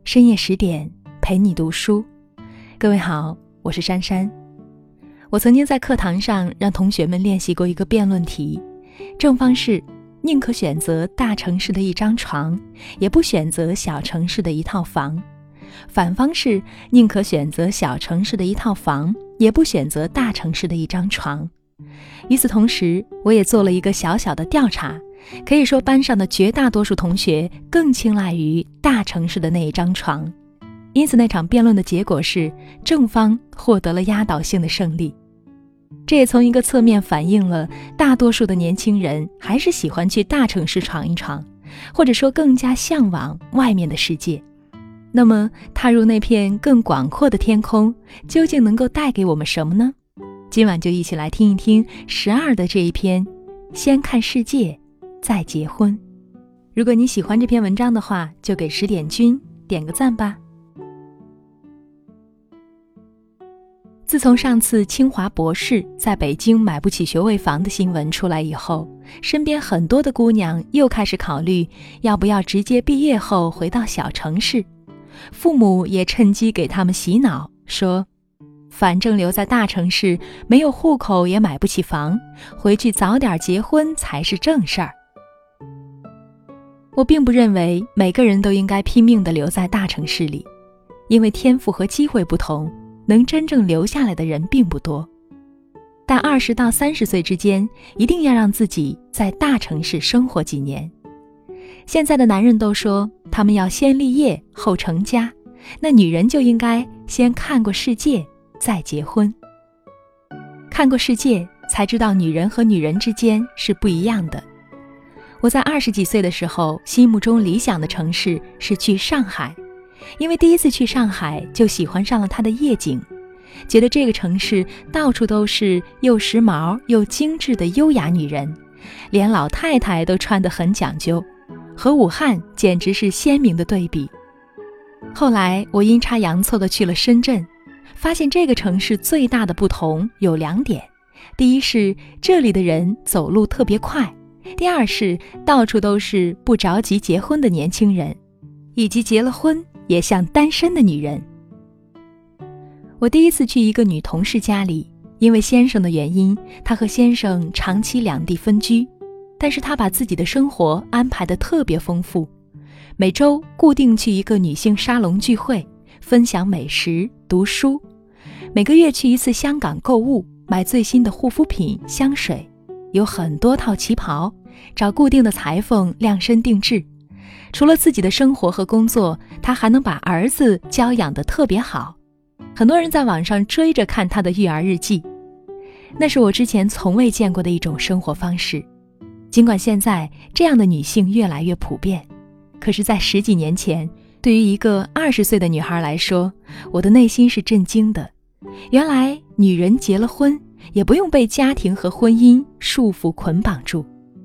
深夜10点陪你读书。各位好，我是珊珊。我曾经在课堂上让同学们练习过一个辩论题，正方是宁可选择大城市的一张床，也不选择小城市的一套房；反方是宁可选择小城市的一套房，也不选择大城市的一张床。与此同时，我也做了一个小小的调查，可以说班上的绝大多数同学更青睐于大城市的那一张床，因此那场辩论的结果是正方获得了压倒性的胜利。这也从一个侧面反映了大多数的年轻人还是喜欢去大城市闯一闯，或者说更加向往外面的世界。那么踏入那片更广阔的天空，究竟能够带给我们什么呢？今晚就一起来听一听12的这一篇，先看世界再结婚。如果你喜欢这篇文章的话，就给10点君点个赞吧。自从上次清华博士在北京买不起学位房的新闻出来以后，身边很多的姑娘又开始考虑要不要直接毕业后回到小城市。父母也趁机给他们洗脑，说反正留在大城市没有户口也买不起房，回去早点结婚才是正事儿。我并不认为每个人都应该拼命地留在大城市里，因为天赋和机会不同，能真正留下来的人并不多。但20到30岁之间，一定要让自己在大城市生活几年。现在的男人都说他们要先立业后成家，那女人就应该先看过世界再结婚。看过世界才知道女人和女人之间是不一样的。我在20几岁的时候，心目中理想的城市是去上海，因为第一次去上海就喜欢上了它的夜景，觉得这个城市到处都是又时髦又精致的优雅女人，连老太太都穿得很讲究，和武汉简直是鲜明的对比。后来我阴差阳错地去了深圳，发现这个城市最大的不同有2点。第一是这里的人走路特别快，第二是到处都是不着急结婚的年轻人，以及结了婚也像单身的女人。我第一次去一个女同事家里，因为先生的原因，她和先生长期两地分居，但是她把自己的生活安排得特别丰富，每周固定去一个女性沙龙聚会，分享美食读书，每个月去一次香港购物，买最新的护肤品香水，有很多套旗袍，找固定的裁缝量身定制。除了自己的生活和工作，她还能把儿子教养得特别好，很多人在网上追着看她的育儿日记。那是我之前从未见过的一种生活方式。尽管现在这样的女性越来越普遍，可是在10几年前，对于一个20岁的女孩来说，我的内心是震惊的。原来女人结了婚也不用被家庭和婚姻束缚捆绑住。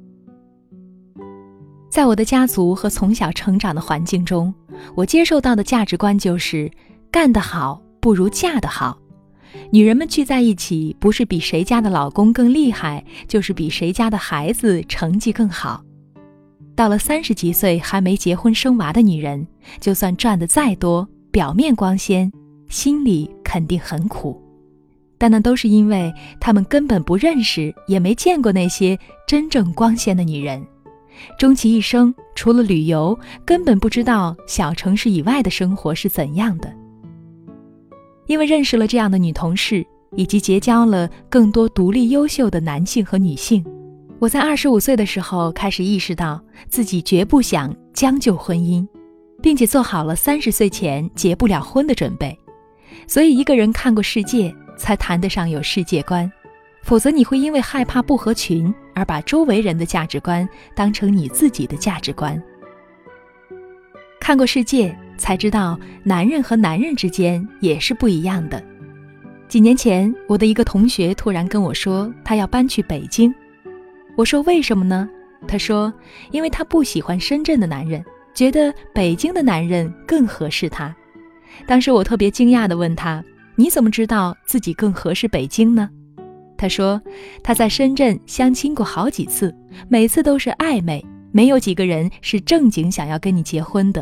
在我的家族和从小成长的环境中，我接受到的价值观就是干得好不如嫁得好。女人们聚在一起，不是比谁家的老公更厉害，就是比谁家的孩子成绩更好。到了30几岁还没结婚生娃的女人，就算赚得再多，表面光鲜，心里肯定很苦。但那都是因为她们根本不认识，也没见过那些真正光鲜的女人。终其一生，除了旅游，根本不知道小城市以外的生活是怎样的。因为认识了这样的女同事，以及结交了更多独立优秀的男性和女性，我在25岁的时候开始意识到自己绝不想将就婚姻，并且做好了30岁前结不了婚的准备。所以一个人看过世界，才谈得上有世界观，否则你会因为害怕不合群而把周围人的价值观当成你自己的价值观。看过世界，才知道男人和男人之间也是不一样的。几年前，我的一个同学突然跟我说他要搬去北京。我说为什么呢？他说因为他不喜欢深圳的男人，觉得北京的男人更合适他。当时我特别惊讶地问他，你怎么知道自己更合适北京呢？他说他在深圳相亲过好几次，每次都是暧昧，没有几个人是正经想要跟你结婚的，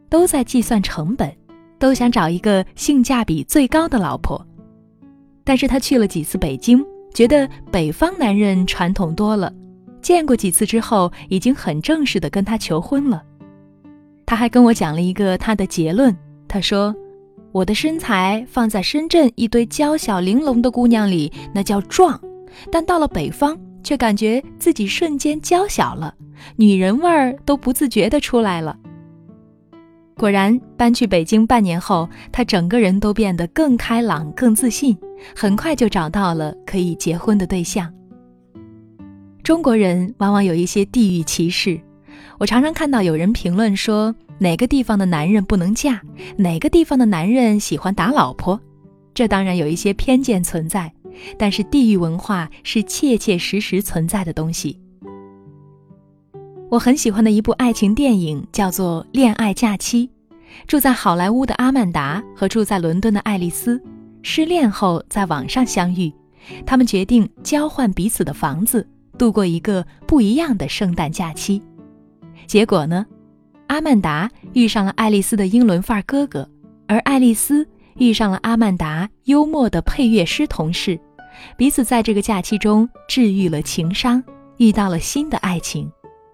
都在计算成本，都想找一个性价比最高的老婆。但是他去了几次北京，觉得北方男人传统多了，见过几次之后，已经很正式地跟他求婚了。他还跟我讲了一个他的结论，他说，我的身材放在深圳一堆娇小玲珑的姑娘里，那叫壮，但到了北方，却感觉自己瞬间娇小了，女人味儿都不自觉地出来了。果然，搬去北京半年后，他整个人都变得更开朗、更自信，很快就找到了可以结婚的对象。中国人往往有一些地域歧视，我常常看到有人评论说，哪个地方的男人不能嫁，哪个地方的男人喜欢打老婆。这当然有一些偏见存在，但是地域文化是切切实实存在的东西。我很喜欢的一部爱情电影叫做《恋爱假期》，住在好莱坞的阿曼达和住在伦敦的爱丽丝失恋后在网上相遇，他们决定交换彼此的房子，度过一个不一样的圣诞假期。结果呢，阿曼达遇上了爱丽丝的英伦范儿哥哥，而爱丽丝遇上了阿曼达幽默的配乐师同事，彼此在这个假期中治愈了情伤，遇到了新的爱情。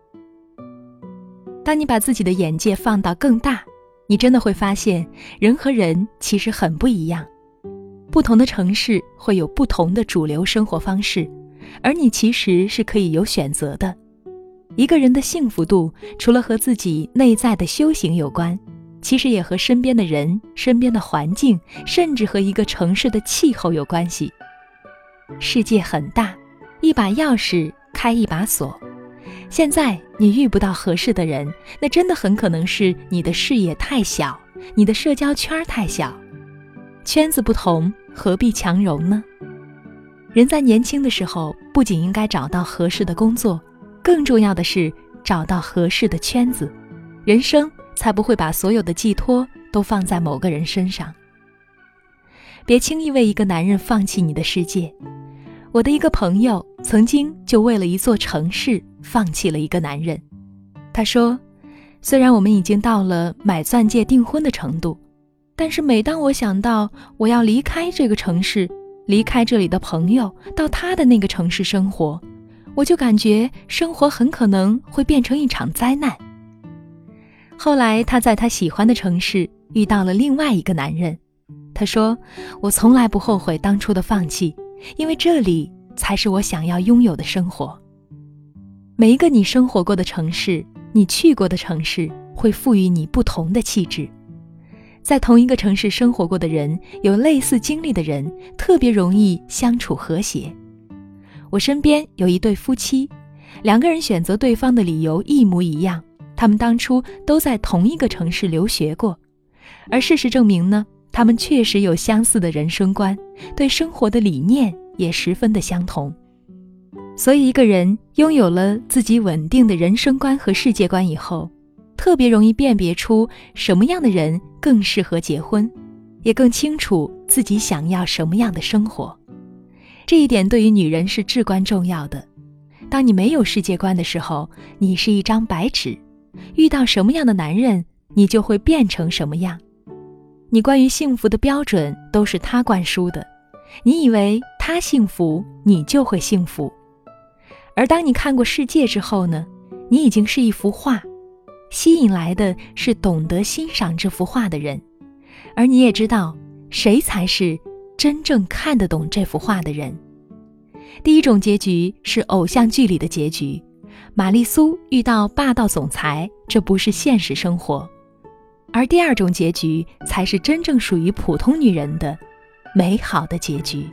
当你把自己的眼界放到更大，你真的会发现人和人其实很不一样。不同的城市会有不同的主流生活方式，而你其实是可以有选择的。一个人的幸福度，除了和自己内在的修行有关，其实也和身边的人、身边的环境，甚至和一个城市的气候有关系。世界很大，一把钥匙开一把锁。现在你遇不到合适的人，那真的很可能是你的视野太小，你的社交圈太小。圈子不同，何必强融呢？人在年轻的时候，不仅应该找到合适的工作，更重要的是找到合适的圈子，人生才不会把所有的寄托都放在某个人身上。别轻易为一个男人放弃你的世界。我的一个朋友曾经就为了一座城市放弃了一个男人。他说，虽然我们已经到了买钻戒订婚的程度，但是每当我想到我要离开这个城市，离开这里的朋友，到他的那个城市生活，我就感觉生活很可能会变成一场灾难。后来他在他喜欢的城市遇到了另外一个男人，他说，我从来不后悔当初的放弃，因为这里才是我想要拥有的生活。每一个你生活过的城市，你去过的城市，会赋予你不同的气质。在同一个城市生活过的人，有类似经历的人，特别容易相处和谐。我身边有一对夫妻，两个人选择对方的理由一模一样，他们当初都在同一个城市留学过，而事实证明呢，他们确实有相似的人生观，对生活的理念也十分的相同。所以一个人拥有了自己稳定的人生观和世界观以后，特别容易辨别出什么样的人更适合结婚，也更清楚自己想要什么样的生活。这一点对于女人是至关重要的。当你没有世界观的时候，你是一张白纸，遇到什么样的男人，你就会变成什么样。你关于幸福的标准都是他灌输的，你以为他幸福，你就会幸福。而当你看过世界之后呢，你已经是一幅画，吸引来的是懂得欣赏这幅画的人，而你也知道谁才是真正看得懂这幅画的人。第一种结局是偶像剧里的结局，玛丽苏遇到霸道总裁，这不是现实生活。而第二种结局才是真正属于普通女人的美好的结局。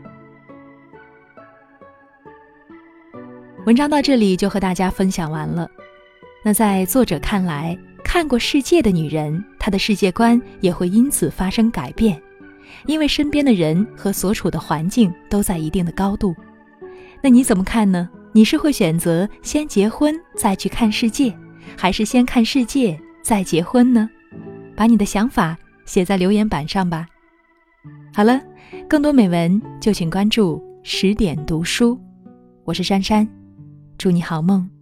文章到这里就和大家分享完了。那在作者看来，看过世界的女人，她的世界观也会因此发生改变，因为身边的人和所处的环境都在一定的高度。那你怎么看呢？你是会选择先结婚再去看世界，还是先看世界再结婚呢？把你的想法写在留言板上吧。好了，更多美文就请关注10点读书，我是珊珊，祝你好梦。